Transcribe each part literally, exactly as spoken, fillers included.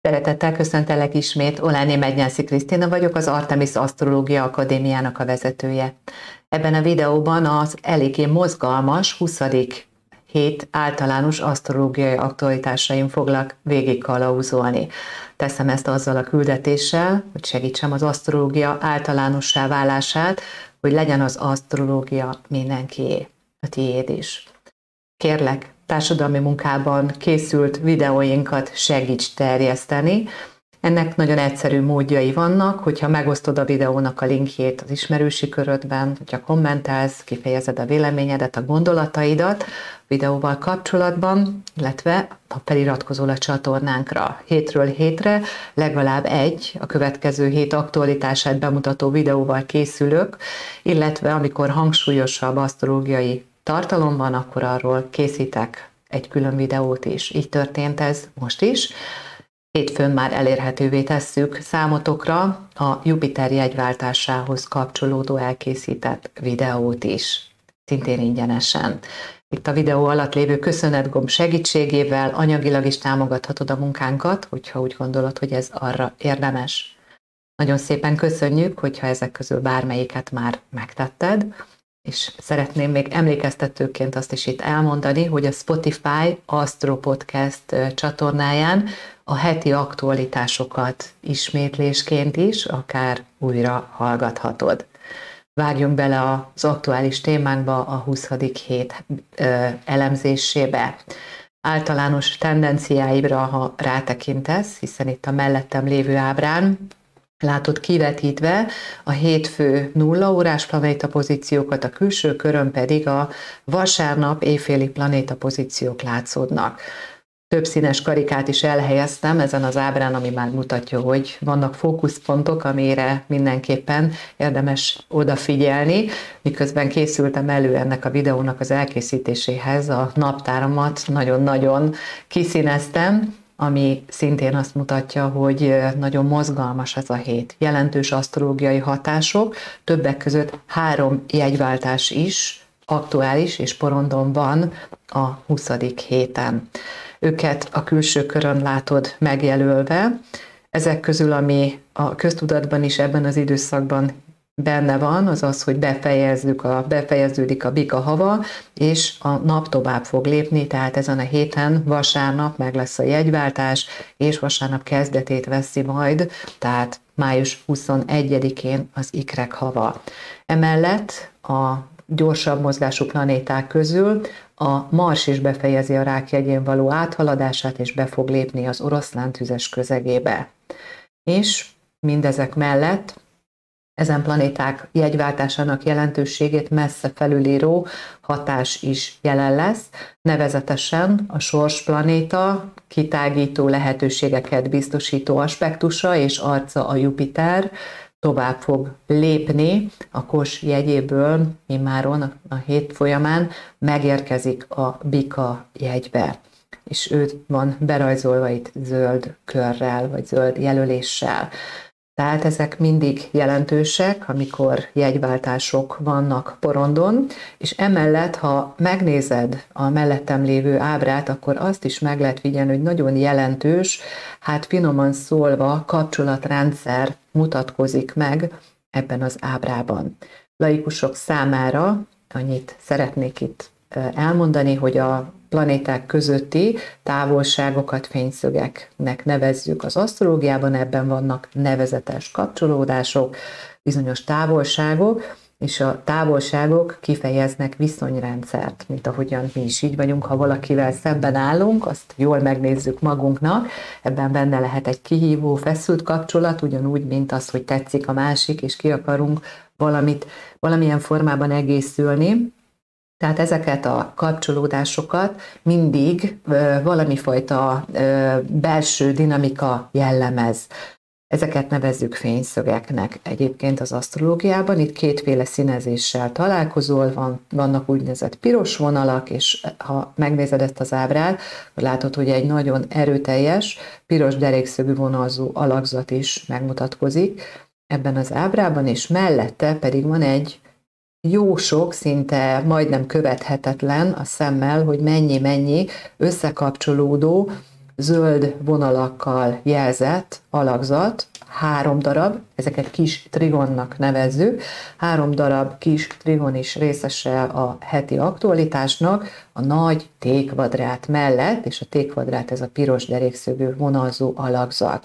Szeretettel köszöntelek ismét, Oláné Megnyászi Krisztina vagyok, az Artemis Asztrológia Akadémiának a vezetője. Ebben a videóban az eléggé mozgalmas huszadik hét általános asztrológiai aktualitásaim foglak végig kalauzolni. Teszem ezt azzal a küldetéssel, hogy segítsem az asztrológia általánossá válását, hogy legyen az asztrológia mindenkié, a tiéd is. Kérlek, társadalmi munkában készült videóinkat segíts terjeszteni. Ennek nagyon egyszerű módjai vannak, hogyha megosztod a videónak a linkjét az ismerősi körödben, hogyha kommentelsz, kifejezed a véleményedet, a gondolataidat a videóval kapcsolatban, illetve ha feliratkozol a csatornánkra hétről hétre, legalább egy a következő hét aktualitását bemutató videóval készülök, illetve amikor hangsúlyosabb asztrológiai tartalom van, akkor arról készítek egy külön videót is. Így történt ez most is. Hétfőn már elérhetővé tesszük számotokra a Jupiter jegyváltásához kapcsolódó elkészített videót is, szintén ingyenesen. Itt a videó alatt lévő köszönetgomb segítségével anyagilag is támogathatod a munkánkat, hogyha úgy gondolod, hogy ez arra érdemes. Nagyon szépen köszönjük, hogyha ezek közül bármelyiket már megtetted, és szeretném még emlékeztetőként azt is itt elmondani, hogy a Spotify Astro Podcast csatornáján a heti aktualitásokat ismétlésként is akár újra hallgathatod. Vágjunk bele az aktuális témánkba, a huszadik hét elemzésébe. Általános tendenciáibra, ha rátekintesz, hiszen itt a mellettem lévő ábrán látod kivetítve a hétfő nulla órás planéta pozíciókat, a külső körön pedig a vasárnap éjféli planéta pozíciók látszódnak. Több színes karikát is elhelyeztem ezen az ábrán, ami már mutatja, hogy vannak fókuszpontok, amire mindenképpen érdemes odafigyelni. Miközben készültem elő ennek a videónak az elkészítéséhez, a naptáramat nagyon-nagyon kiszíneztem, ami szintén azt mutatja, hogy nagyon mozgalmas ez a hét. Jelentős asztrológiai hatások, többek között három jegyváltás is aktuális és porondon van a huszadik héten. Őket a külső körön látod megjelölve. Ezek közül, ami a köztudatban is ebben az időszakban benne van, az az, hogy befejezzük a, befejeződik a bika hava, és a nap tovább fog lépni, tehát ezen a héten vasárnap meg lesz a jegyváltás, és vasárnap kezdetét veszi majd, tehát május huszonegyedikén az ikrek hava. Emellett a gyorsabb mozgású planéták közül a Mars is befejezi a Rák jegyén való áthaladását, és be fog lépni az oroszlán tüzes közegébe. És mindezek mellett ezen planéták jegyváltásának jelentőségét messze felülíró hatás is jelen lesz, nevezetesen a sorsplanéta kitágító lehetőségeket biztosító aspektusa és arca a Jupiter tovább fog lépni a Kos jegyéből, immáron a hét folyamán megérkezik a Bika jegybe, és ő van berajzolva itt zöld körrel, vagy zöld jelöléssel. Tehát ezek mindig jelentősek, amikor jegyváltások vannak porondon, és emellett, ha megnézed a mellettem lévő ábrát, akkor azt is meg lehet figyelni, hogy nagyon jelentős, hát finoman szólva kapcsolatrendszer mutatkozik meg ebben az ábrában. Laikusok számára annyit szeretnék itt elmondani, hogy a planéták közötti távolságokat fényszögeknek nevezzük az asztrológiában, ebben vannak nevezetes kapcsolódások, bizonyos távolságok, és a távolságok kifejeznek viszonyrendszert, mint ahogyan mi is így vagyunk, ha valakivel szemben állunk, azt jól megnézzük magunknak, ebben benne lehet egy kihívó, feszült kapcsolat, ugyanúgy, mint az, hogy tetszik a másik, és ki akarunk valamit, valamilyen formában egészülni. Tehát ezeket a kapcsolódásokat mindig valamifajta belső dinamika jellemez. Ezeket nevezzük fényszögeknek. Egyébként az asztrológiában itt kétféle színezéssel találkozol, van, vannak úgynevezett piros vonalak, és ha megnézed ezt az ábrát, látod, hogy egy nagyon erőteljes, piros derékszögű vonalzó alakzat is megmutatkozik ebben az ábrában, és mellette pedig van egy jó sok, szinte majdnem követhetetlen a szemmel, hogy mennyi-mennyi összekapcsolódó zöld vonalakkal jelzett alakzat, három darab, ezeket kis trigonnak nevezzük, három darab kis trigon is részese a heti aktualitásnak, a nagy T-kvadrát mellett, és a T-kvadrát ez a piros derékszögű vonalzó alakzat.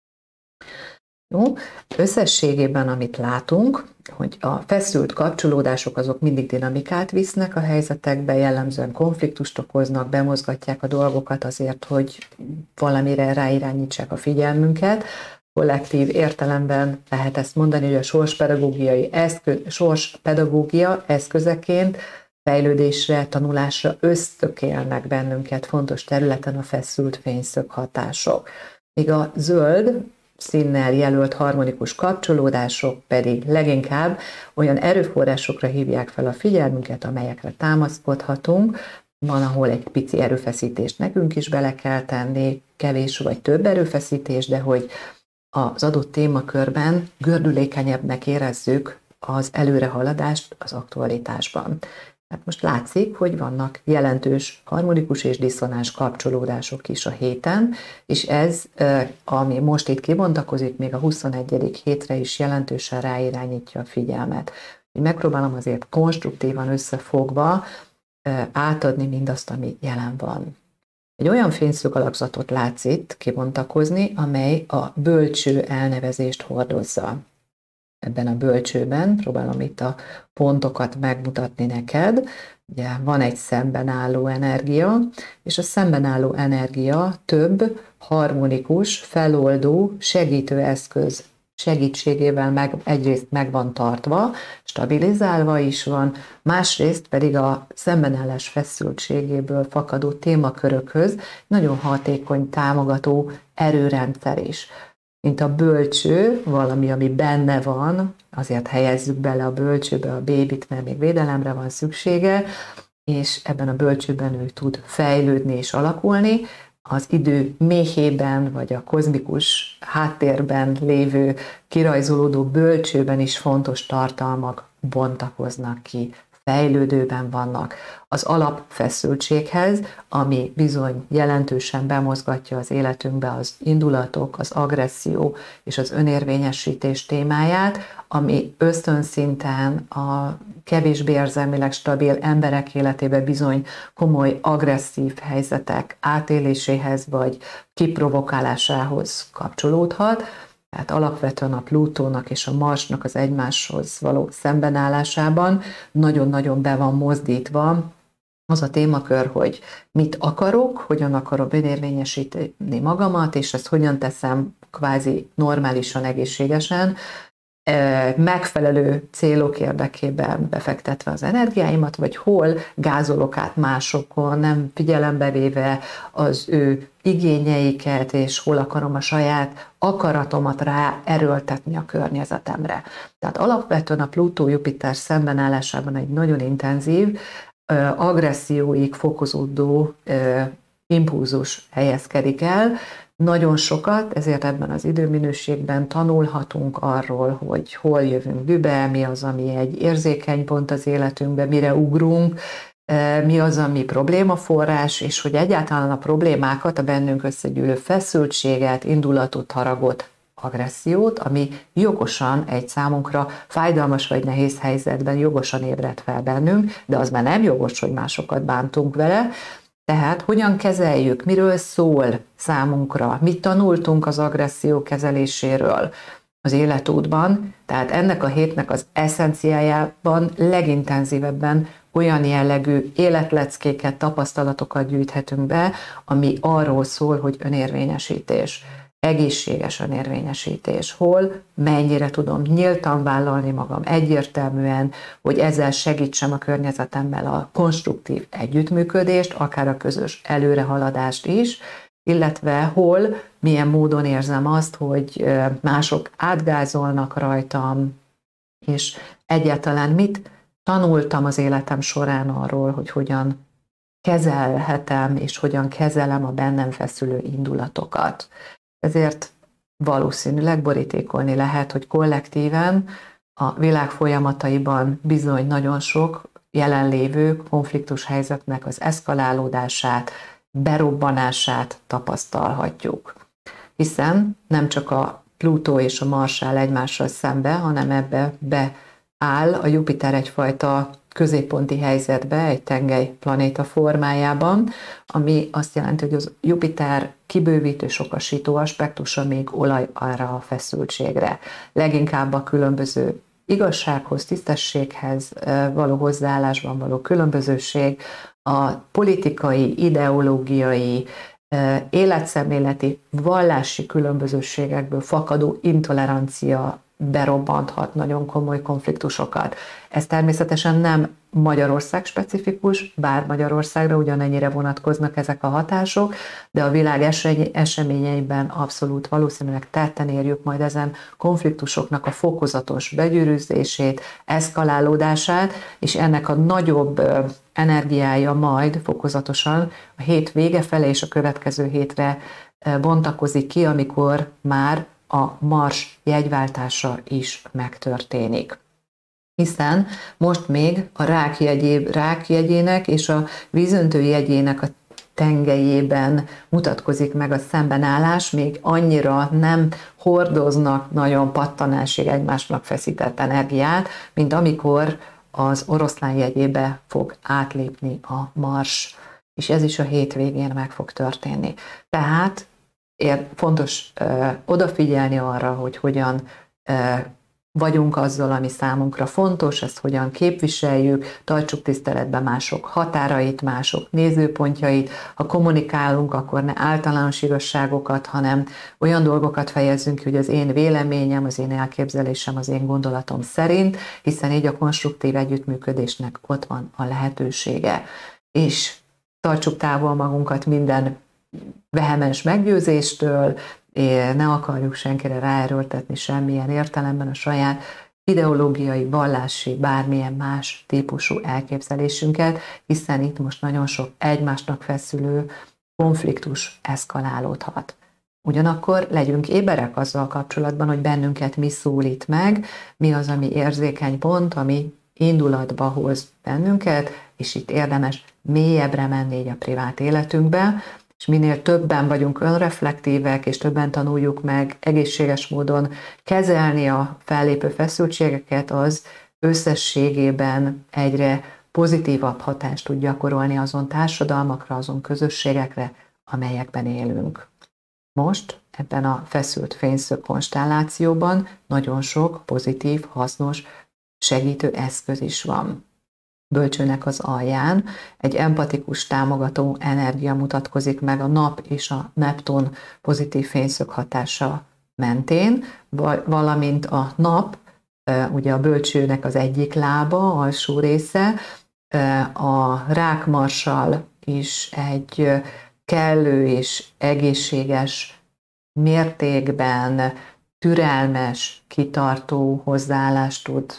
Jó? Összességében, amit látunk, hogy a feszült kapcsolódások azok mindig dinamikát visznek a helyzetekbe, jellemzően konfliktust okoznak, bemozgatják a dolgokat azért, hogy valamire ráirányítsák a figyelmünket. Kollektív értelemben lehet ezt mondani, hogy a sorspedagógiai eszköz, sorspedagógia eszközeként fejlődésre, tanulásra ösztökélnek bennünket fontos területen a feszült fényszög hatások. Míg a zöld színnel jelölt harmonikus kapcsolódások pedig leginkább olyan erőforrásokra hívják fel a figyelmünket, amelyekre támaszkodhatunk. Van, ahol egy pici erőfeszítést nekünk is bele kell tenni, kevés vagy több erőfeszítés, de hogy az adott témakörben gördülékenyebbnek érezzük az előrehaladást az aktualitásban. Hát most látszik, hogy vannak jelentős harmonikus és diszonáns kapcsolódások is a héten, és ez, ami most itt kibontakozik, még a huszonegyedik hétre is jelentősen ráirányítja a figyelmet. Megpróbálom azért konstruktívan összefogva átadni mindazt, ami jelen van. Egy olyan fényszög alakzatot látsz itt kibontakozni, amely a bölcső elnevezést hordozza. Ebben a bölcsőben próbálom itt a pontokat megmutatni neked. Ugye van egy szemben álló energia, és a szemben álló energia több harmonikus, feloldó, segítő eszköz segítségével meg, egyrészt meg van tartva, stabilizálva is van, másrészt pedig a szembenállás feszültségéből fakadó témakörökhöz nagyon hatékony, támogató erőrendszer is. Mint a bölcső, valami, ami benne van, azért helyezzük bele a bölcsőbe a bébit, mert még védelemre van szüksége, és ebben a bölcsőben ő tud fejlődni és alakulni. Az idő méhében, vagy a kozmikus háttérben lévő, kirajzolódó bölcsőben is fontos tartalmak bontakoznak ki, fejlődőben vannak. Az alapfeszültséghez, ami bizony jelentősen bemozgatja az életünkbe az indulatok, az agresszió és az önérvényesítés témáját, ami ösztönszinten a kevésbé érzelmileg stabil emberek életébe bizony komoly agresszív helyzetek átéléséhez vagy kiprovokálásához kapcsolódhat. Tehát alapvetően a Plutónak és a Marsnak az egymáshoz való szembenállásában nagyon-nagyon be van mozdítva az a témakör, hogy mit akarok, hogyan akarom önérvényesíteni magamat, és ezt hogyan teszem kvázi normálisan, egészségesen, megfelelő célok érdekében befektetve az energiáimat, vagy hol gázolok át másokon, nem figyelembe véve az ő igényeiket, és hol akarom a saját akaratomat rá erőltetni a környezetemre. Tehát alapvetően a Plutó-Jupiter szembenállásában egy nagyon intenzív, agresszióig fokozódó impulzus helyezkedik el. Nagyon sokat, ezért ebben az időminőségben tanulhatunk arról, hogy hol jövünk dübe, mi az, ami egy érzékeny pont az életünkben, mire ugrunk, mi az, ami problémaforrás, és hogy egyáltalán a problémákat, a bennünk összegyűlő feszültséget, indulatot, haragot, agressziót, ami jogosan egy számunkra fájdalmas vagy nehéz helyzetben jogosan ébred fel bennünk, de az már nem jogos, hogy másokat bántunk vele. Tehát hogyan kezeljük, miről szól számunkra, mit tanultunk az agresszió kezeléséről az életútban, tehát ennek a hétnek az eszenciájában legintenzívebben olyan jellegű életleckéket, tapasztalatokat gyűjthetünk be, ami arról szól, hogy önérvényesítés, egészséges önérvényesítés, hol, mennyire tudom nyíltan vállalni magam egyértelműen, hogy ezzel segítsem a környezetemmel a konstruktív együttműködést, akár a közös előrehaladást is, illetve hol, milyen módon érzem azt, hogy mások átgázolnak rajtam, és egyáltalán mit tanultam az életem során arról, hogy hogyan kezelhetem, és hogyan kezelem a bennem feszülő indulatokat. Ezért valószínűleg borítékolni lehet, hogy kollektíven a világ folyamataiban bizony nagyon sok jelenlévő konfliktus helyzetnek az eszkalálódását, berobbanását tapasztalhatjuk. Hiszen nem csak a Plutó és a Mars áll egymással szembe, hanem ebbe beáll a Jupiter egyfajta középponti helyzetbe, egy tengely planéta formájában, ami azt jelenti, hogy az Jupiter kibővítő, sokasító aspektusa még olaj arra a feszültségre. Leginkább a különböző igazsághoz, tisztességhez való hozzáállásban való különbözőség, a politikai, ideológiai, életszemléleti, vallási különbözőségekből fakadó intolerancia berobbanthat nagyon komoly konfliktusokat. Ez természetesen nem Magyarország specifikus, bár Magyarországra ugyanennyire vonatkoznak ezek a hatások, de a világ eseményeiben abszolút valószínűleg tetten érjük majd ezen konfliktusoknak a fokozatos begyűrűzését, eszkalálódását, és ennek a nagyobb energiája majd fokozatosan a hét vége felé és a következő hétre bontakozik ki, amikor már a Mars jegyváltása is megtörténik. Hiszen most még a rák, jegyé, rák jegyének és a vízöntő jegyének a tengelyében mutatkozik meg a szembenállás, még annyira nem hordoznak nagyon pattanásig egymásnak feszített energiát, mint amikor az oroszlán jegyébe fog átlépni a Mars, és ez is a hétvégén meg fog történni. Tehát fontos ö, odafigyelni arra, hogy hogyan ö, vagyunk azzal, ami számunkra fontos, ezt hogyan képviseljük, tartsuk tiszteletben mások határait, mások nézőpontjait. Ha kommunikálunk, akkor ne általános igazságokat, hanem olyan dolgokat fejezzünk ki, hogy az én véleményem, az én elképzelésem, az én gondolatom szerint, hiszen így a konstruktív együttműködésnek ott van a lehetősége. És tartsuk távol magunkat minden vehemens meggyőzéstől, ne akarjuk senkire ráerőltetni semmilyen értelemben a saját ideológiai, vallási, bármilyen más típusú elképzelésünket, hiszen itt most nagyon sok egymásnak feszülő konfliktus eszkalálódhat. Ugyanakkor legyünk éberek azzal kapcsolatban, hogy bennünket mi szólít meg, mi az, ami érzékeny pont, ami indulatba hoz bennünket, és itt érdemes mélyebbre menni így a privát életünkbe, és minél többen vagyunk önreflektívek, és többen tanuljuk meg egészséges módon kezelni a fellépő feszültségeket, az összességében egyre pozitívabb hatást tud gyakorolni azon társadalmakra, azon közösségekre, amelyekben élünk. Most ebben a feszült fényszög konstellációban nagyon sok pozitív, hasznos, segítő eszköz is van. Bölcsőnek az alján egy empatikus, támogató energia mutatkozik meg a nap és a Neptun pozitív fényszög hatása mentén, valamint a nap, ugye a bölcsőnek az egyik lába, alsó része, a rákmarssal is egy kellő és egészséges mértékben türelmes, kitartó hozzáállást tud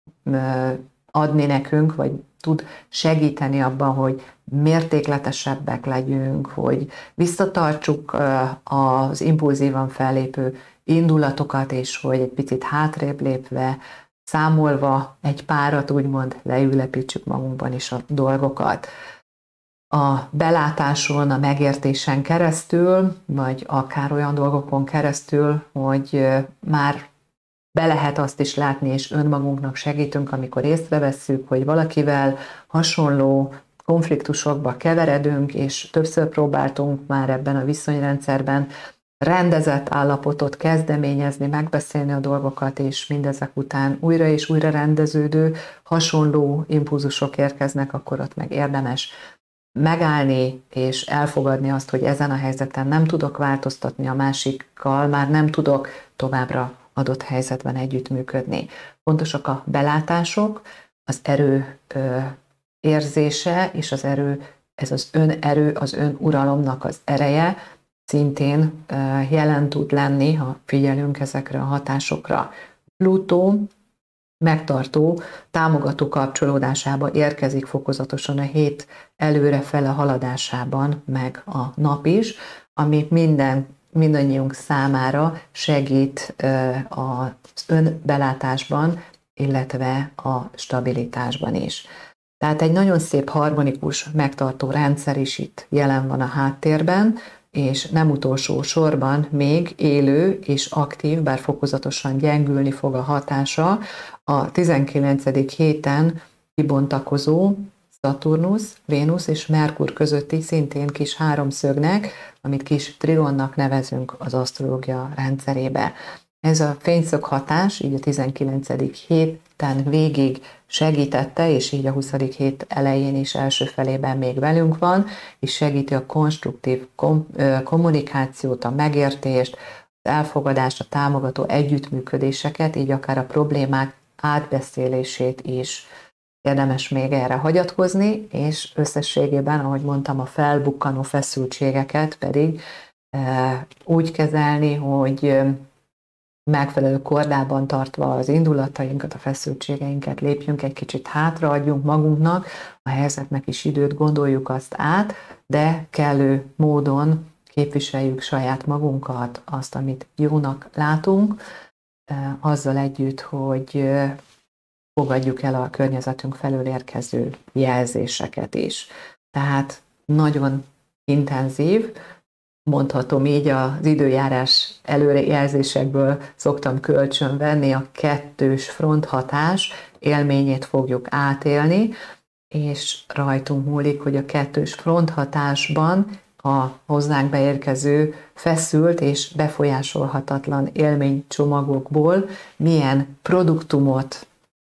adni nekünk, vagy tud segíteni abban, hogy mértékletesebbek legyünk, hogy visszatartsuk az impulzívan fellépő indulatokat, és hogy egy picit hátrébb lépve, számolva egy párat, úgymond leülepítsük magunkban is a dolgokat. A belátáson, a megértésen keresztül, vagy akár olyan dolgokon keresztül, hogy már be lehet azt is látni, és önmagunknak segítünk, amikor észrevesszük, hogy valakivel hasonló konfliktusokba keveredünk, és többször próbáltunk már ebben a viszonyrendszerben rendezett állapotot kezdeményezni, megbeszélni a dolgokat, és mindezek után újra és újra rendeződő, hasonló impulzusok érkeznek, akkor ott meg érdemes megállni és elfogadni azt, hogy ezen a helyzeten nem tudok változtatni, a másikkal már nem tudok továbbra adott helyzetben együttműködni. Fontosak a belátások, az erő ö, érzése és az erő, ez az önerő, az önuralomnak az ereje szintén ö, jelen tud lenni, ha figyelünk ezekre a hatásokra. Plutó megtartó, támogató kapcsolódásába érkezik fokozatosan a hét előrefele haladásában meg a nap is, ami minden mindannyiunk számára segít az önbelátásban, illetve a stabilitásban is. Tehát egy nagyon szép harmonikus, megtartó rendszer is itt jelen van a háttérben, és nem utolsó sorban még élő és aktív, bár fokozatosan gyengülni fog a hatása, a tizenkilencedik héten kibontakozó Szaturnusz, Vénusz és Merkur közötti szintén kis háromszögnek, amit kis trigonnak nevezünk az asztrológia rendszerébe. Ez a fényszög hatás így a tizenkilencedik héten végig segítette, és így a huszadik hét elején is első felében még velünk van, és segíti a konstruktív kom- kommunikációt, a megértést, az elfogadást, a támogató együttműködéseket, így akár a problémák átbeszélését is érdemes még erre hagyatkozni, és összességében, ahogy mondtam, a felbukkanó feszültségeket pedig e, úgy kezelni, hogy megfelelő kordában tartva az indulatainkat, a feszültségeinket, lépjünk egy kicsit hátra, adjunk magunknak, a helyzetnek is időt, gondoljuk azt át, de kellő módon képviseljük saját magunkat, azt, amit jónak látunk, azzal együtt, hogy fogadjuk el a környezetünk felől érkező jelzéseket is. Tehát nagyon intenzív, mondhatom így, az időjárás előrejelzésekből szoktam kölcsönvenni, a kettős fronthatás élményét fogjuk átélni, és rajtunk múlik, hogy a kettős fronthatásban a hozzánk beérkező feszült és befolyásolhatatlan élménycsomagokból milyen produktumot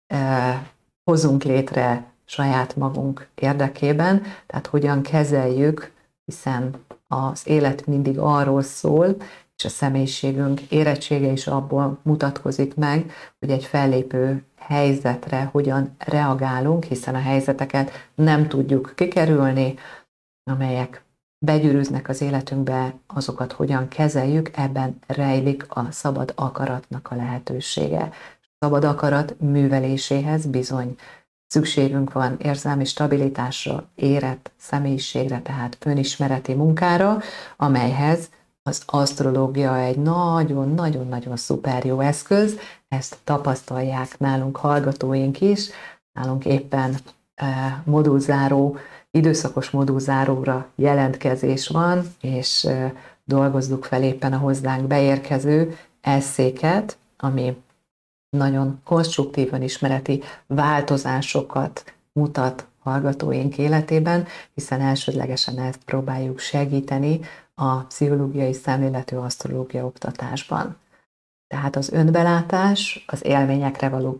eh, hozunk létre saját magunk érdekében, tehát hogyan kezeljük, hiszen az élet mindig arról szól, és a személyiségünk érettsége is abból mutatkozik meg, hogy egy fellépő helyzetre hogyan reagálunk, hiszen a helyzeteket nem tudjuk kikerülni, amelyek begyűrűznek az életünkbe, azokat hogyan kezeljük, ebben rejlik a szabad akaratnak a lehetősége. A szabad akarat műveléséhez bizony szükségünk van érzelmi stabilitásra, érett személyiségre, tehát önismereti munkára, amelyhez az asztrológia egy nagyon-nagyon-nagyon szuper jó eszköz, ezt tapasztalják nálunk hallgatóink is, nálunk éppen eh, modulzáró, időszakos modulzáróra jelentkezés van, és eh, dolgozzuk fel éppen a hozzánk beérkező eszéket, ami nagyon konstruktívan ismereti változásokat mutat hallgatóink életében, hiszen elsődlegesen ezt próbáljuk segíteni a pszichológiai szemléletű asztrológia oktatásban. Tehát az önbelátás, az élményekre való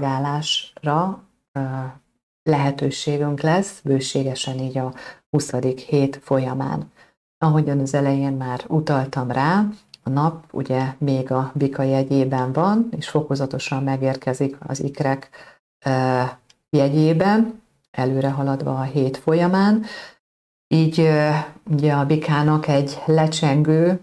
reagálásra lehetőségünk lesz, bőségesen így a huszadik hét folyamán. Ahogyan az elején már utaltam rá, a nap ugye még a bika jegyében van, és fokozatosan megérkezik az ikrek jegyében, előre haladva a hét folyamán. Így ugye a bikának egy lecsengő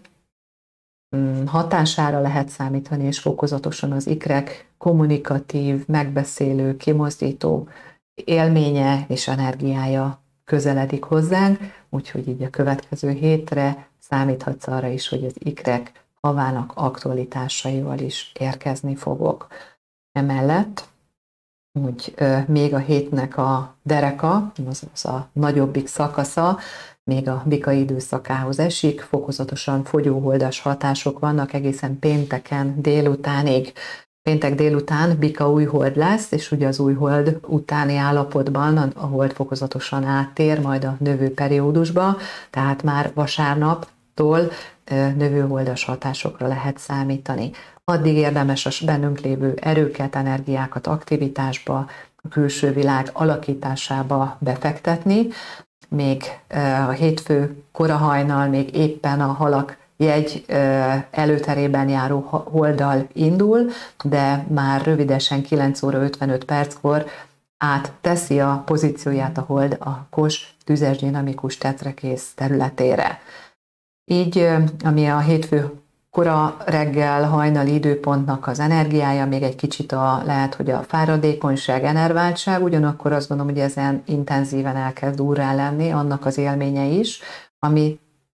hatására lehet számítani, és fokozatosan az ikrek kommunikatív, megbeszélő, kimozdító élménye és energiája közeledik hozzánk, úgyhogy így a következő hétre számíthatsz arra is, hogy az ikrek havának aktualitásaival is érkezni fogok. Emellett úgy még a hétnek a dereka, azaz a nagyobbik szakasza, még a bika időszakához esik, fokozatosan fogyóholdas hatások vannak egészen pénteken délutánig. Péntek délután bika újhold lesz, és ugye az újhold utáni állapotban a hold fokozatosan áttér majd a növő periódusba, tehát már vasárnaptól növőholdas hatásokra lehet számítani. Addig érdemes a bennünk lévő erőket, energiákat aktivitásba, a külső világ alakításába befektetni. Még a hétfő korahajnal még éppen a halak jegy előterében járó holddal indul, de már rövidesen kilenc óra ötvenöt perckor átteszi a pozícióját a hold a Kos tüzes dinamikus tetrekész területére. Így, ami a hétfő kora reggel hajnali időpontnak az energiája, még egy kicsit a, lehet, hogy a fáradékonyság, enerváltság, ugyanakkor azt gondolom, hogy ezen intenzíven elkezd úrrá lenni annak az élménye is, ami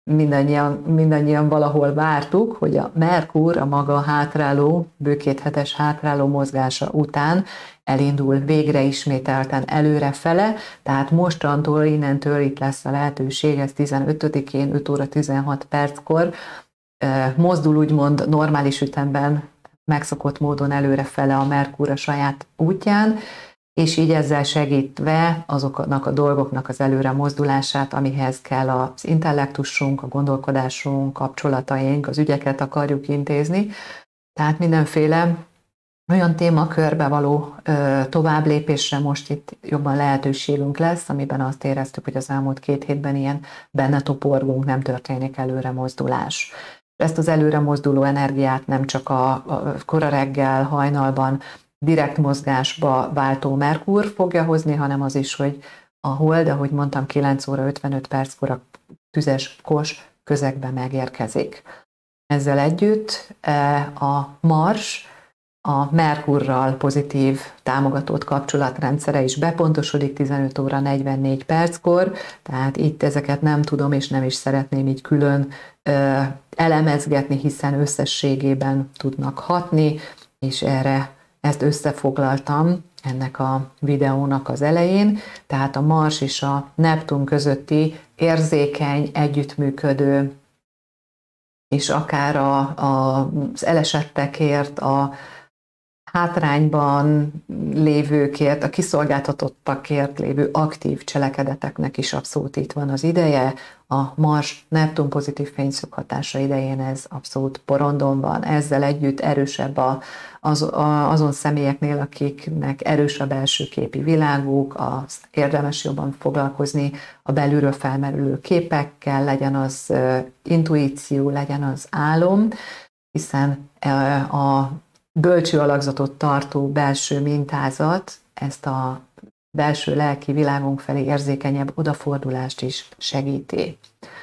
mindannyian, mindannyian valahol vártuk, hogy a Merkur a maga hátráló, bő két hetes hátráló mozgása után elindul végre ismételten előrefele, tehát mostantól, innentől itt lesz a lehetőség, ez tizenötödikén öt óra tizenhat perckor mozdul úgymond normális ütemben, megszokott módon előrefele a Merkur a saját útján, és így ezzel segítve azoknak a dolgoknak az előre mozdulását, amihez kell az intellektusunk, a gondolkodásunk, kapcsolataink, az ügyeket akarjuk intézni. Tehát mindenféle olyan témakörbe való ö, tovább lépésre most itt jobban lehetőségünk lesz, amiben azt éreztük, hogy az elmúlt két hétben ilyen benne toporgunk, nem történik előre mozdulás. Ezt az előre mozduló energiát nem csak a, a kora reggel, hajnalban direkt mozgásba váltó Merkur fogja hozni, hanem az is, hogy a hold, ahogy mondtam, kilenc óra ötvenöt perckor a tüzes kos közegbe megérkezik. Ezzel együtt a Mars a Merkurral pozitív támogatott kapcsolatrendszere is bepontosodik tizenöt óra negyvennégy perckor, tehát itt ezeket nem tudom és nem is szeretném így külön ö, elemezgetni, hiszen összességében tudnak hatni, és erre ezt összefoglaltam ennek a videónak az elején, tehát a Mars és a Neptun közötti érzékeny, együttműködő, és akár a, a, az elesettekért, a hátrányban lévőkért, a kiszolgáltatottakért lévő aktív cselekedeteknek is abszolút itt van az ideje. A Mars-Neptun pozitív fényszög hatása idején ez abszolút porondon van. Ezzel együtt erősebb a, az, a, azon személyeknél, akiknek erős a belső képi világuk, az érdemes jobban foglalkozni a belülről felmerülő képekkel, legyen az intuíció, legyen az álom, hiszen a bölcső alakzatot tartó belső mintázat ezt a belső lelki világunk felé érzékenyebb odafordulást is segíti.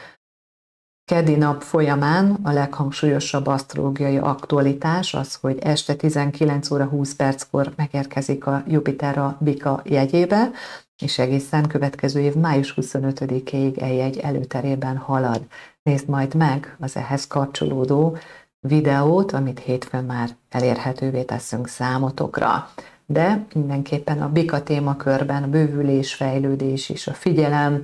Keddi nap folyamán a leghangsúlyosabb asztrológiai aktualitás az, hogy este tizenkilenc óra húsz perckor megérkezik a Jupiter a Bika jegyébe, és egészen következő év május huszonötödikéig eljegy előterében halad. Nézd majd meg az ehhez kapcsolódó videót, amit hétfőn már elérhetővé teszünk számotokra. De mindenképpen a Bika témakörben a bővülés, fejlődés és a figyelem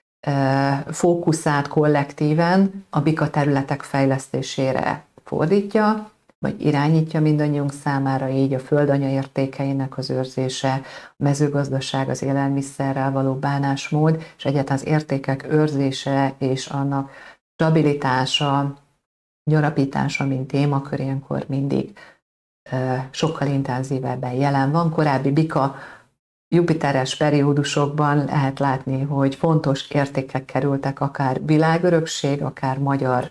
fókuszát kollektíven a Bika területek fejlesztésére fordítja, vagy irányítja mindannyiunk számára, így a földanya értékeinek az őrzése, a mezőgazdaság, az élelmiszerrel való bánásmód, és egyáltalán az értékek őrzése és annak stabilitása, gyarapítása, mint témakör ilyenkor mindig sokkal intenzívebben jelen van. Korábbi Bika jupiteres periódusokban lehet látni, hogy fontos értékek kerültek, akár világörökség, akár magyar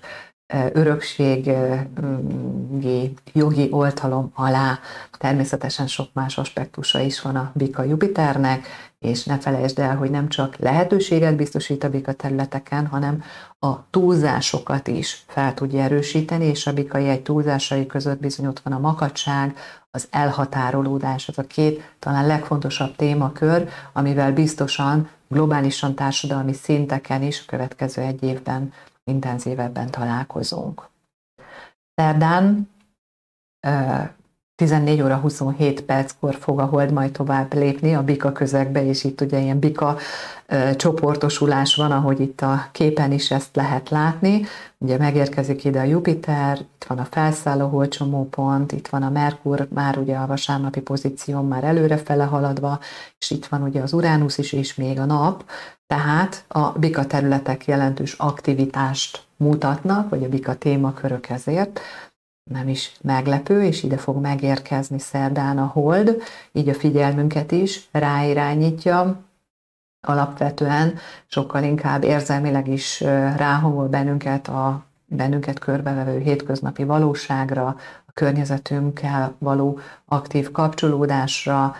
örökségi jogi oltalom alá. Természetesen sok más aspektusa is van a Bika Jupiternek, és ne felejtsd el, hogy nem csak lehetőséget biztosít a Bika területeken, hanem a túlzásokat is fel tudja erősíteni, és a Bika jegy túlzásai között bizony ott van a makacság, az elhatárolódás, az a két talán legfontosabb témakör, amivel biztosan globálisan társadalmi szinteken is a következő egy évben intenzívebben találkozunk. Szerdán tizennégy óra huszonhét perckor fog a hold majd tovább lépni a Bika közegbe, és itt ugye ilyen Bika ö, csoportosulás van, ahogy itt a képen is ezt lehet látni. Ugye megérkezik ide a Jupiter, itt van a felszálló holdcsomópont, itt van a Merkur, már ugye a vasárnapi pozíción már előrefele haladva, és itt van ugye az Uránusz is, és még a nap. Tehát a Bika területek jelentős aktivitást mutatnak, vagy a Bika témakörök ezért. Nem is meglepő, és ide fog megérkezni szerdán a hold, így a figyelmünket is ráirányítja, alapvetően sokkal inkább érzelmileg is ráhangol bennünket a bennünket körbevevő hétköznapi valóságra, a környezetünkkel való aktív kapcsolódásra,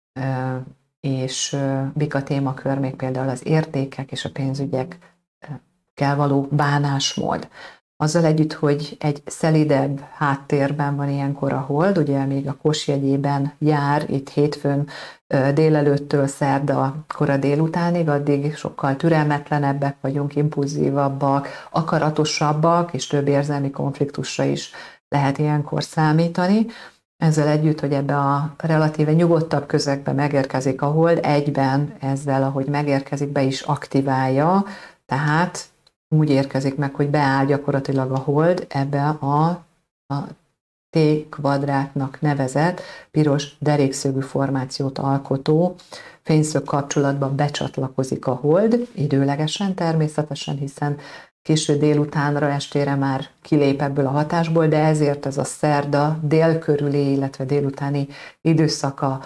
és Bika témakör még például az értékek és a pénzügyekkel való bánásmód. Azzal együtt, hogy egy szelidebb háttérben van ilyenkor a hold, ugye még a Kos jegyében jár, itt hétfőn délelőttől szerda kora délutánig, addig sokkal türelmetlenebbek vagyunk, impulzívabbak, akaratosabbak, és több érzelmi konfliktusra is lehet ilyenkor számítani. Ezzel együtt, hogy ebbe a relatíve nyugodtabb közegbe megérkezik a hold, egyben ezzel, ahogy megérkezik, be is aktiválja, tehát úgy érkezik meg, hogy beáll gyakorlatilag a hold ebbe a, a T-kvadrátnak nevezett piros derékszögű formációt alkotó fényszög kapcsolatban becsatlakozik a hold, időlegesen természetesen, hiszen késő délutánra, estére már kilép ebből a hatásból, de ezért ez a szerda dél körüli, illetve délutáni időszaka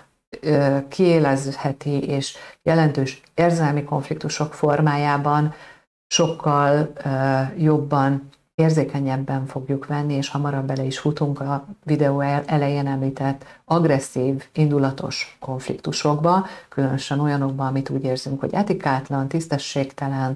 kiélezheti, és jelentős érzelmi konfliktusok formájában sokkal jobban, érzékenyebben fogjuk venni, és hamarabb bele is futunk a videó elején említett agresszív, indulatos konfliktusokba, különösen olyanokban, amit úgy érzünk, hogy etikátlan, tisztességtelen,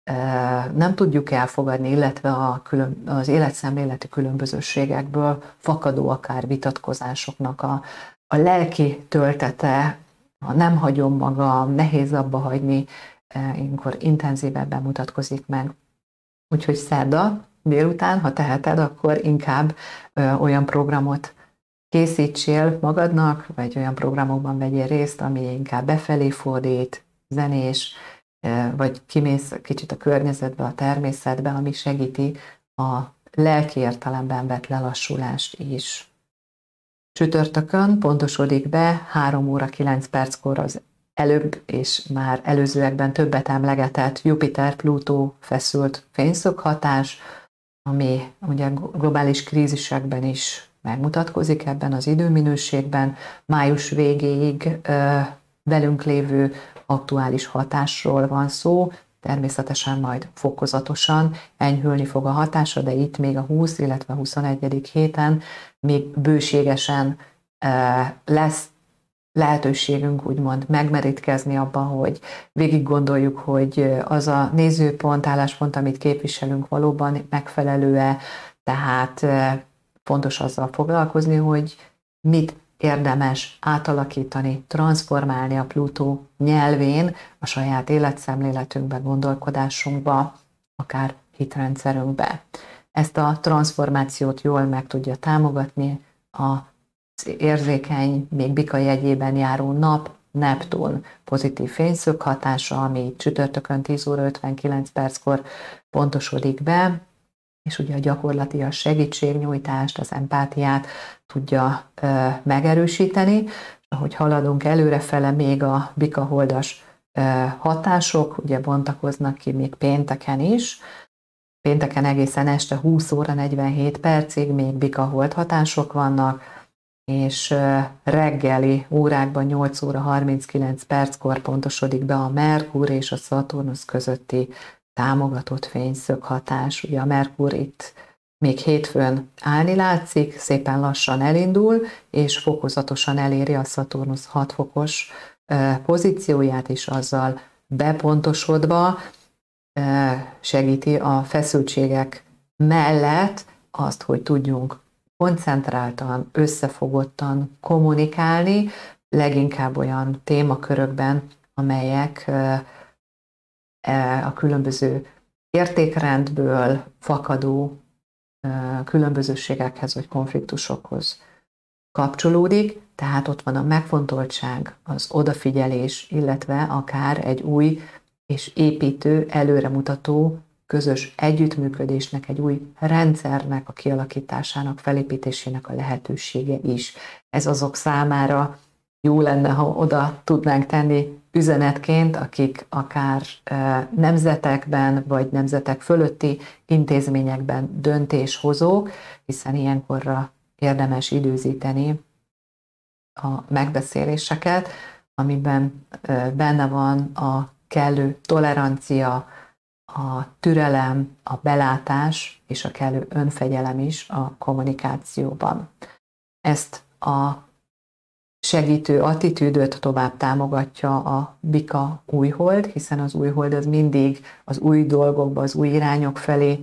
nem tudjuk elfogadni, illetve a külön, az életszemléleti különbözőségekből fakadó akár vitatkozásoknak a, a lelki töltete, a nem hagyom magam, nehéz abba hagyni, ilyenkor intenzívebben mutatkozik meg. Úgyhogy szerda délután, ha teheted, akkor inkább ö, olyan programot készítsél magadnak, vagy olyan programokban vegyél részt, ami inkább befelé fordít, zenés, ö, vagy kimész kicsit a környezetbe, a természetbe, ami segíti a lelki értelemben vett lelassulást is. Csütörtökön pontosodik be három óra kilenc perckor az előbb és már előzőekben többet emlegetett Jupiter-Plutó feszült fényszöghatás, ami ugye globális krízisekben is megmutatkozik ebben az időminőségben, május végéig ö, velünk lévő aktuális hatásról van szó, természetesen majd fokozatosan enyhülni fog a hatása, de itt még a húsz, illetve a huszonegyedik héten még bőségesen ö, lesz lehetőségünk úgymond megmerítkezni abban, hogy végig gondoljuk, hogy az a nézőpont, álláspont, amit képviselünk, valóban megfelelő-e, tehát fontos azzal foglalkozni, hogy mit érdemes átalakítani, transformálni a Plutó nyelvén a saját életszemléletünkbe, gondolkodásunkba, akár hitrendszerünkbe. Ezt a transformációt jól meg tudja támogatni a érzékeny, még Bika jegyében járó nap, Neptun pozitív fényszög hatása, ami csütörtökön tíz óra ötvenkilenc perckor pontosodik be, és ugye a gyakorlatias segítségnyújtást, az empátiát tudja ö, megerősíteni, és ahogy haladunk előrefele, még a Bika holdas ö, hatások ugye bontakoznak ki még pénteken is. Pénteken egészen este húsz óra negyvenhét percig még Bika hold hatások vannak, és reggeli órákban nyolc óra harminckilenc perckor pontosodik be a Merkur és a Szaturnusz közötti támogatott fényszög hatás. Ugye a Merkur itt még hétfőn állni látszik, szépen lassan elindul, és fokozatosan eléri a Szaturnusz hat fokos pozícióját, és azzal bepontosodva segíti a feszültségek mellett azt, hogy tudjunk koncentráltan, összefogottan kommunikálni, leginkább olyan témakörökben, amelyek a különböző értékrendből fakadó különbözőségekhez vagy konfliktusokhoz kapcsolódik, tehát ott van a megfontoltság, az odafigyelés, illetve akár egy új és építő, előremutató közös együttműködésnek, egy új rendszernek a kialakításának, felépítésének a lehetősége is. Ez azok számára jó lenne, ha oda tudnánk tenni üzenetként, akik akár nemzetekben, vagy nemzetek fölötti intézményekben döntéshozók, hiszen ilyenkorra érdemes időzíteni a megbeszéléseket, amiben benne van a kellő tolerancia, a türelem, a belátás és a kellő önfegyelem is a kommunikációban. Ezt a segítő attitűdöt tovább támogatja a Bika újhold, hiszen az újhold az mindig az új dolgokba, az új irányok felé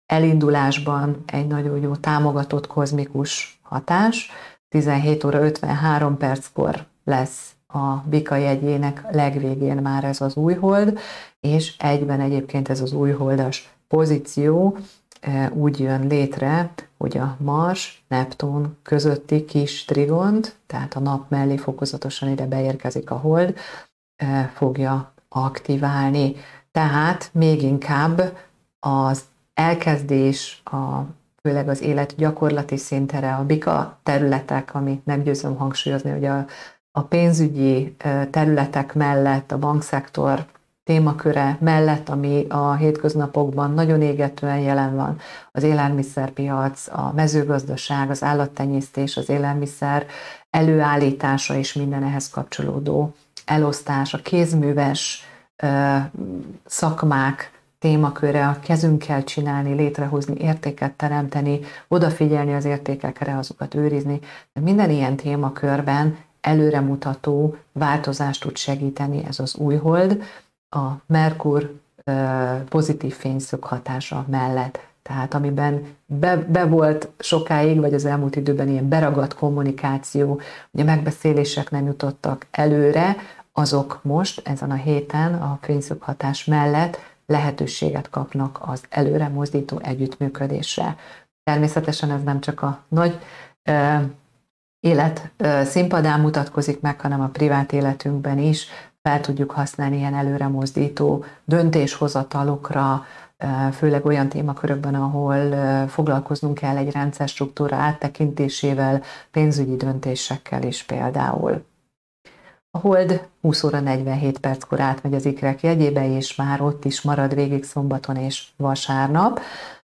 elindulásban egy nagyon jó támogatott kozmikus hatás. tizenhét óra ötvenhárom perckor lesz a Bika jegyének legvégén már ez az újhold, és egyben egyébként ez az újholdas pozíció úgy jön létre, hogy a Mars-Neptun közötti kis trigont, tehát a nap mellé fokozatosan ide beérkezik a hold, fogja aktiválni. Tehát még inkább az elkezdés, a, főleg az élet gyakorlati szintere, a Bika területek, amit nem győzöm hangsúlyozni, hogy a, a pénzügyi területek mellett, a bankszektor témaköre mellett, ami a hétköznapokban nagyon égetően jelen van, az élelmiszerpiac, a mezőgazdaság, az állattenyésztés, az élelmiszer előállítása és minden ehhez kapcsolódó elosztás, a kézműves ö, szakmák témaköre, a kezünkkel csinálni, létrehozni, értéket teremteni, odafigyelni az értékekre, azokat őrizni. Minden ilyen témakörben előremutató változást tud segíteni ez az újhold, a Merkur pozitív fényszög hatása mellett. Tehát amiben be, be volt sokáig, vagy az elmúlt időben ilyen beragadt kommunikáció, ugye megbeszélések nem jutottak előre, azok most ezen a héten a fényszög hatás mellett lehetőséget kapnak az előre mozdító együttműködésre. Természetesen ez nem csak a nagy ö, élet ö, színpadán mutatkozik meg, hanem a privát életünkben is fel tudjuk használni ilyen előre mozdító döntéshozatalokra, főleg olyan témakörökben, ahol foglalkoznunk kell egy rendszerstruktúra áttekintésével, pénzügyi döntésekkel is például. A hold húsz óra negyvenhét perckor átmegy az ikrek jegyébe, és már ott is marad végig szombaton és vasárnap,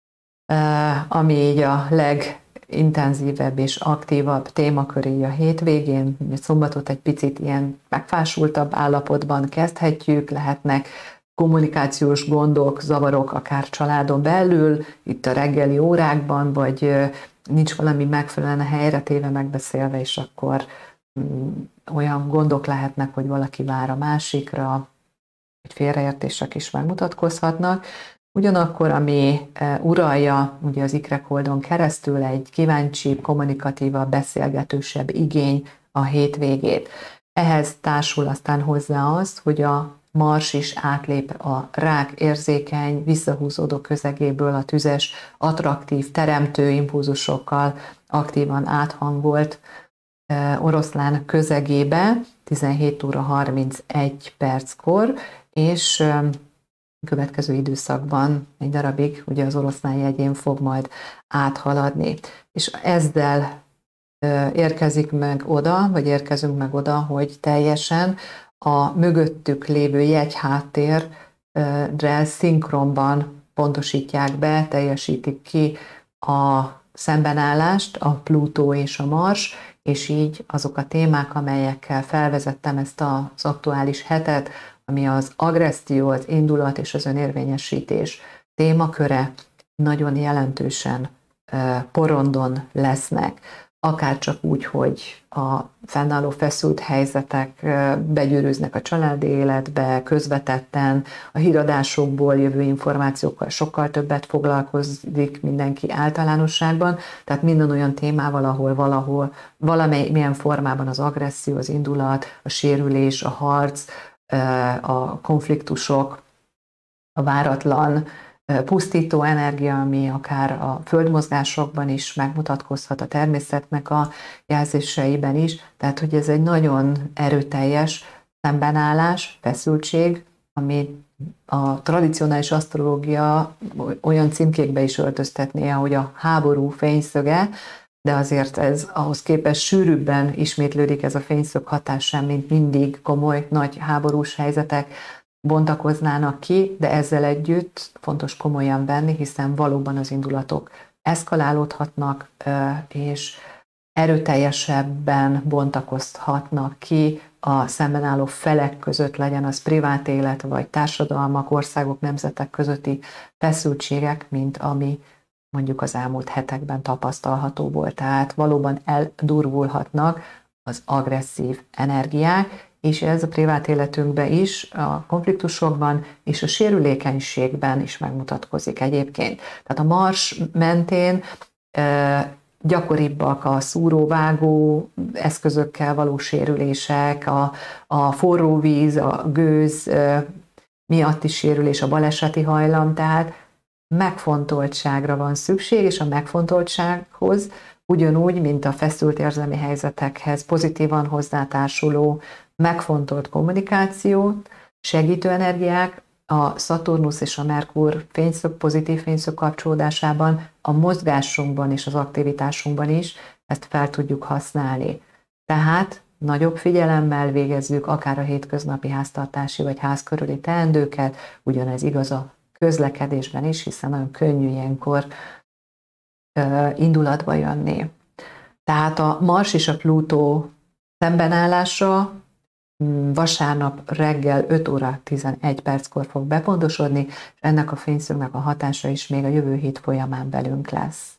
ami így a legintenzívebb és aktívabb témaköré a hétvégén. Szombatot egy picit ilyen megfásultabb állapotban kezdhetjük, lehetnek kommunikációs gondok, zavarok akár családon belül, itt a reggeli órákban, vagy nincs valami megfelelően helyre téve megbeszélve, és akkor olyan gondok lehetnek, hogy valaki vár a másikra, hogy félreértések is megmutatkozhatnak. Ugyanakkor, ami uralja ugye az ikrekholdon keresztül egy kíváncsibb, kommunikatívabb, beszélgetősebb igény a hétvégét. Ehhez társul aztán hozzá az, hogy a Mars is átlép a rák érzékeny, visszahúzódó közegéből a tüzes, attraktív, teremtő impulzusokkal aktívan áthangolt oroszlán közegébe tizenhét óra harmincegy perckor, és a következő időszakban egy darabig ugye az oroszlán jegyén fog majd áthaladni. És ezzel érkezik meg oda, vagy érkezünk meg oda, hogy teljesen a mögöttük lévő jegyháttérrel szinkronban pontosítják be, teljesítik ki a szembenállást, a Plutó és a Mars, és így azok a témák, amelyekkel felvezettem ezt az aktuális hetet, ami az agresszió, az indulat és az önérvényesítés témaköre, nagyon jelentősen porondon lesznek. Akár csak úgy, hogy a fennálló feszült helyzetek begyűrűznek a családi életbe, közvetetten, a híradásokból jövő információkkal sokkal többet foglalkozik mindenki általánosságban, tehát minden olyan témával, ahol valahol, valamilyen formában az agresszió, az indulat, a sérülés, a harc, a konfliktusok, a váratlan, pusztító energia, ami akár a földmozgásokban is megmutatkozhat, a természetnek a jelzéseiben is, tehát hogy ez egy nagyon erőteljes szembenállás, feszültség, ami a tradicionális asztrológia olyan címkékbe is öltöztetné, ahogy a háború fényszöge, de azért ez ahhoz képest sűrűbben ismétlődik ez a fényszög hatásán, mint mindig komoly, nagy háborús helyzetek bontakoznának ki, de ezzel együtt fontos komolyan venni, hiszen valóban az indulatok eszkalálódhatnak, és erőteljesebben bontakozhatnak ki a szemben álló felek között, legyen az privát élet, vagy társadalmak, országok, nemzetek közötti feszültségek, mint ami mondjuk az elmúlt hetekben tapasztalható volt. Tehát valóban eldurvulhatnak az agresszív energiák, és ez a privát életünkben is, a konfliktusokban és a sérülékenységben is megmutatkozik egyébként. Tehát a Mars mentén gyakoribbak a szúróvágó eszközökkel való sérülések, a, a forró víz, a gőz miatt is sérülés, a baleseti hajlam, tehát megfontoltságra van szükség, és a megfontoltsághoz ugyanúgy, mint a feszült érzelmi helyzetekhez pozitívan hozzátársuló megfontolt kommunikációt, segítő energiák, a Szaturnusz és a Merkur fényszög, pozitív fényszög kapcsolódásában, a mozgásunkban és az aktivitásunkban is ezt fel tudjuk használni. Tehát nagyobb figyelemmel végezzük akár a hétköznapi háztartási vagy ház körüli teendőket, ugyanez igaz a közlekedésben is, hiszen nagyon könnyű ilyenkor uh, indulatba jönni. Tehát a Mars és a Plutó szembenállása vasárnap reggel öt óra tizenegy perckor fog bepontosodni, és ennek a fényszögnek a hatása is még a jövő hét folyamán velünk lesz.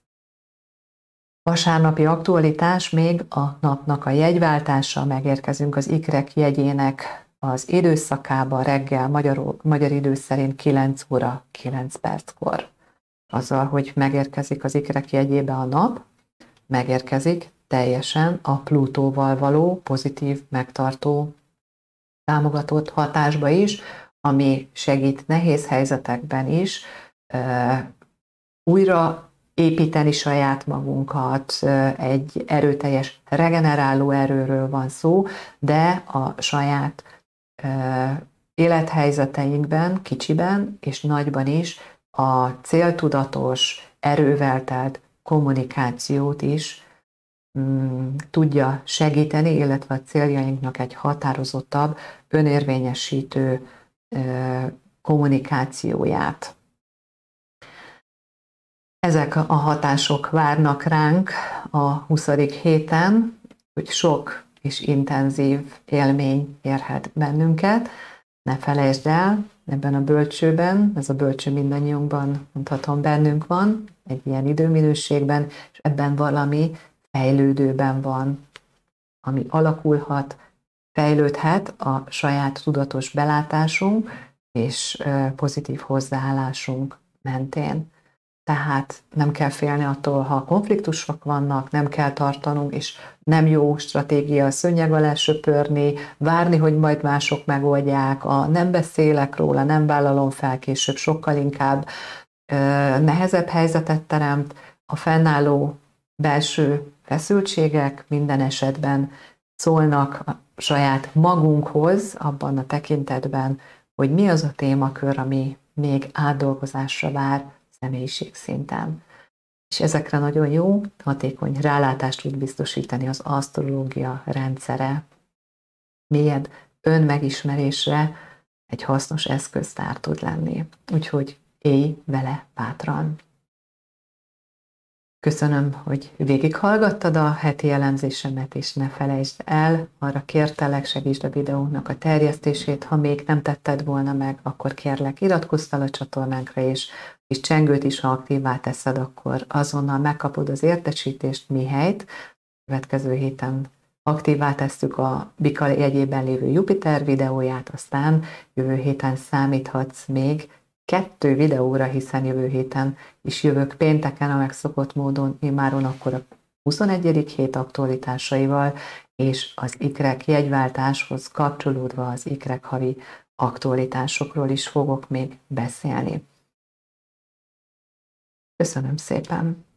Vasárnapi aktualitás még a napnak a jegyváltása, megérkezünk az ikrek jegyének az időszakába reggel magyar, magyar idő szerint kilenc óra kilenc perckor. Azzal, hogy megérkezik az ikrek jegyébe a nap, megérkezik teljesen a Plutóval való pozitív, megtartó, támogatott hatásba is, ami segít nehéz helyzetekben is uh, újra építeni saját magunkat, uh, egy erőteljes regeneráló erőről van szó, de a saját uh, élethelyzeteinkben, kicsiben és nagyban is a céltudatos, erővel telt kommunikációt is tudja segíteni, illetve a céljainknak egy határozottabb, önérvényesítő kommunikációját. Ezek a hatások várnak ránk a huszadik héten, hogy sok és intenzív élmény érhet bennünket. Ne felejtsd el, ebben a bölcsőben, ez a bölcső mindannyiunkban, mondhatom, bennünk van, egy ilyen időminőségben, és ebben valami fejlődőben van, ami alakulhat, fejlődhet a saját tudatos belátásunk és pozitív hozzáállásunk mentén. Tehát nem kell félni attól, ha konfliktusok vannak, nem kell tartanunk, és nem jó stratégia a szőnyeg alá söpörni, várni, hogy majd mások megoldják, a nem beszélek róla, nem vállalom fel, később sokkal inkább ö, nehezebb helyzetet teremt, a fennálló belső feszültségek minden esetben szólnak a saját magunkhoz, abban a tekintetben, hogy mi az a témakör, ami még átdolgozásra vár személyiség szinten. És ezekre nagyon jó, hatékony rálátást tud biztosítani az asztrológia rendszere. Mélyebb önmegismerésre egy hasznos eszköztár tud lenni. Úgyhogy élj vele bátran! Köszönöm, hogy végighallgattad a heti elemzésemet, és ne felejtsd el, arra kértelek, segítsd a videónak a terjesztését, ha még nem tetted volna meg, akkor kérlek, iratkozz fel a csatornánkra, és, és csengőt is, ha aktívvá teszed, akkor azonnal megkapod az értesítést, mihelyt. Következő héten aktívvá tesszük a Bika jegyében lévő Jupiter videóját, aztán jövő héten számíthatsz még kettő videóra, hiszen jövő héten is jövök pénteken a megszokott módon, immáron akkor a huszonegyedik hét aktualitásaival, és az ikrek jegyváltáshoz kapcsolódva az ikrek havi aktualitásokról is fogok még beszélni. Köszönöm szépen!